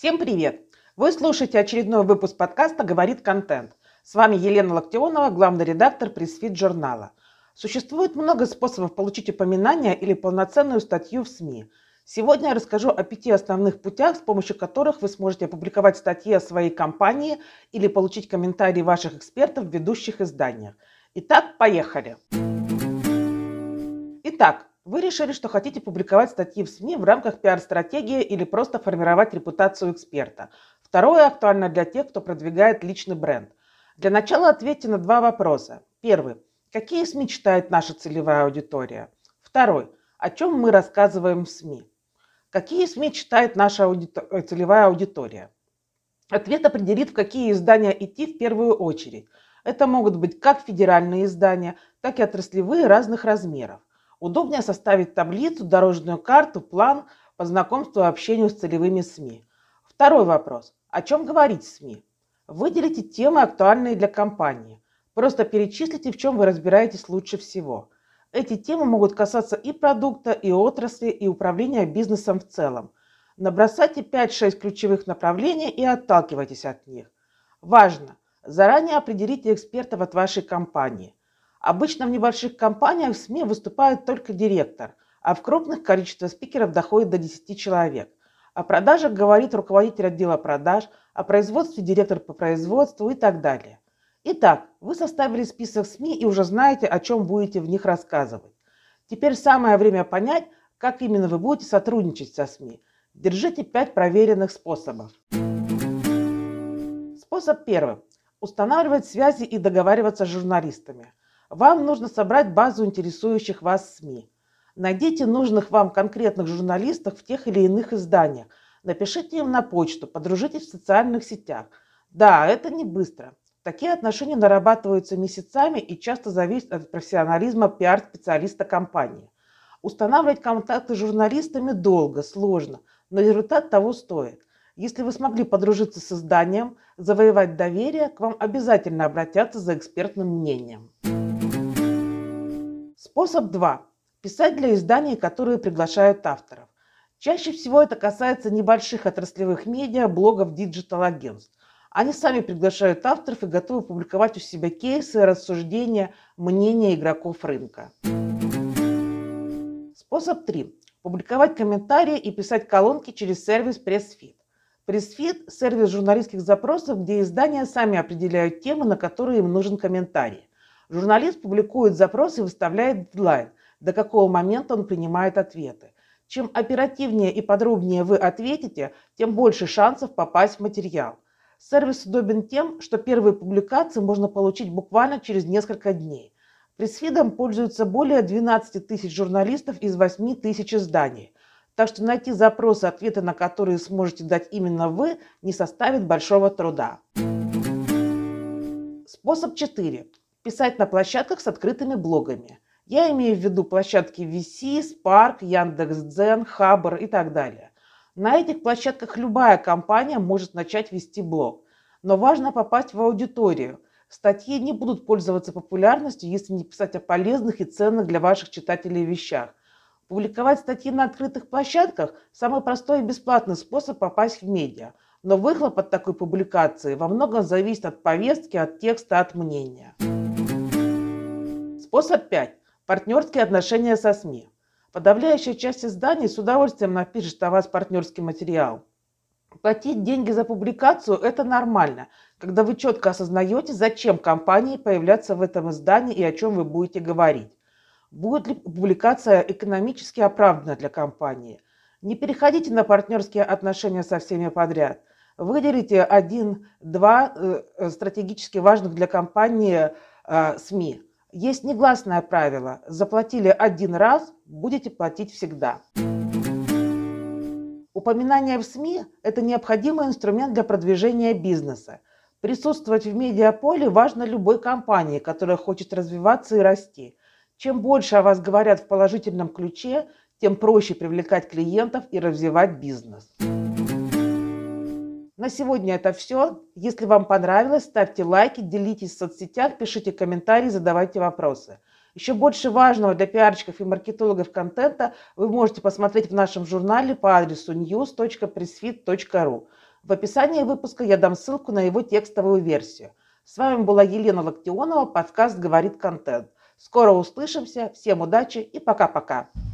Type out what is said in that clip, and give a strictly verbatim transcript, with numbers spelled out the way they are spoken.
Всем привет! Вы слушаете очередной выпуск подкаста «Говорит контент». С вами Елена Локтионова, главный редактор пресс-фит журнала. Существует много способов получить упоминания или полноценную статью в СМИ. Сегодня я расскажу о пяти основных путях, с помощью которых вы сможете опубликовать статьи о своей компании или получить комментарии ваших экспертов в ведущих изданиях. Итак, поехали! Итак, вы решили, что хотите публиковать статьи в СМИ в рамках пиар-стратегии или просто формировать репутацию эксперта. Второе актуально для тех, кто продвигает личный бренд. Для начала ответьте на два вопроса. Первый. Какие СМИ читает наша целевая аудитория? Второй. О чем мы рассказываем в СМИ? Какие СМИ читает наша аудитор... целевая аудитория? Ответ определит, в какие издания идти в первую очередь. Это могут быть как федеральные издания, так и отраслевые разных размеров. Удобнее составить таблицу, дорожную карту, план по знакомству и общению с целевыми СМИ. Второй вопрос. О чем говорить в СМИ? Выделите темы, актуальные для компании. Просто перечислите, в чем вы разбираетесь лучше всего. Эти темы могут касаться и продукта, и отрасли, и управления бизнесом в целом. Набросайте пять-шесть ключевых направлений и отталкивайтесь от них. Важно! Заранее определите экспертов от вашей компании. Обычно в небольших компаниях в СМИ выступает только директор, а в крупных количество спикеров доходит до десяти человек. О продажах говорит руководитель отдела продаж, о производстве директор по производству и так далее. Итак, вы составили список СМИ и уже знаете, о чем будете в них рассказывать. Теперь самое время понять, как именно вы будете сотрудничать со СМИ. Держите пять проверенных способов. Способ первый. Устанавливать связи и договариваться с журналистами. Вам нужно собрать базу интересующих вас СМИ. Найдите нужных вам конкретных журналистов в тех или иных изданиях. Напишите им на почту, подружитесь в социальных сетях. Да, это не быстро. Такие отношения нарабатываются месяцами и часто зависят от профессионализма пиар-специалиста компании. Устанавливать контакты с журналистами долго, сложно, но результат того стоит. Если вы смогли подружиться с изданием, завоевать доверие, к вам обязательно обратятся за экспертным мнением. Способ два. Писать для изданий, которые приглашают авторов. Чаще всего это касается небольших отраслевых медиа, блогов, диджитал-агентств. Они сами приглашают авторов и готовы публиковать у себя кейсы, рассуждения, мнения игроков рынка. Способ три. Публиковать комментарии и писать колонки через сервис пресс-фит. Пресс-фит – сервис журналистских запросов, где издания сами определяют темы, на которые им нужен комментарий. Журналист публикует запрос и выставляет дедлайн, до какого момента он принимает ответы. Чем оперативнее и подробнее вы ответите, тем больше шансов попасть в материал. Сервис удобен тем, что первые публикации можно получить буквально через несколько дней. Пресс-фидом пользуются более двенадцати тысяч журналистов из восьми тысяч изданий. Так что найти запросы, ответы на которые сможете дать именно вы, не составит большого труда. Способ четыре. Писать на площадках с открытыми блогами. Я имею в виду площадки ви си, Spark, Яндекс.Дзен, Хабр и так далее. На этих площадках любая компания может начать вести блог. Но важно попасть в аудиторию. Статьи не будут пользоваться популярностью, если не писать о полезных и ценных для ваших читателей вещах. Публиковать статьи на открытых площадках – самый простой и бесплатный способ попасть в медиа. Но выхлоп от такой публикации во многом зависит от повестки, от текста, от мнения. Способ пять. Партнерские отношения со СМИ. Подавляющая часть изданий с удовольствием напишет о вас партнерский материал. Платить деньги за публикацию – это нормально, когда вы четко осознаете, зачем компании появляться в этом издании и о чем вы будете говорить. Будет ли публикация экономически оправдана для компании? Не переходите на партнерские отношения со всеми подряд. Выделите один-два э, стратегически важных для компании э, СМИ. Есть негласное правило: заплатили один раз, будете платить всегда. Упоминание в СМИ – это необходимый инструмент для продвижения бизнеса. Присутствовать в медиаполе важно любой компании, которая хочет развиваться и расти. Чем больше о вас говорят в положительном ключе, тем проще привлекать клиентов и развивать бизнес. На сегодня это все. Если вам понравилось, ставьте лайки, делитесь в соцсетях, пишите комментарии, задавайте вопросы. Еще больше важного для пиарщиков и маркетологов контента вы можете посмотреть в нашем журнале по адресу ньюс точка пресс фит точка ру. В описании выпуска я дам ссылку на его текстовую версию. С вами была Елена Локтионова, подкаст «Говорит контент». Скоро услышимся, всем удачи и пока-пока.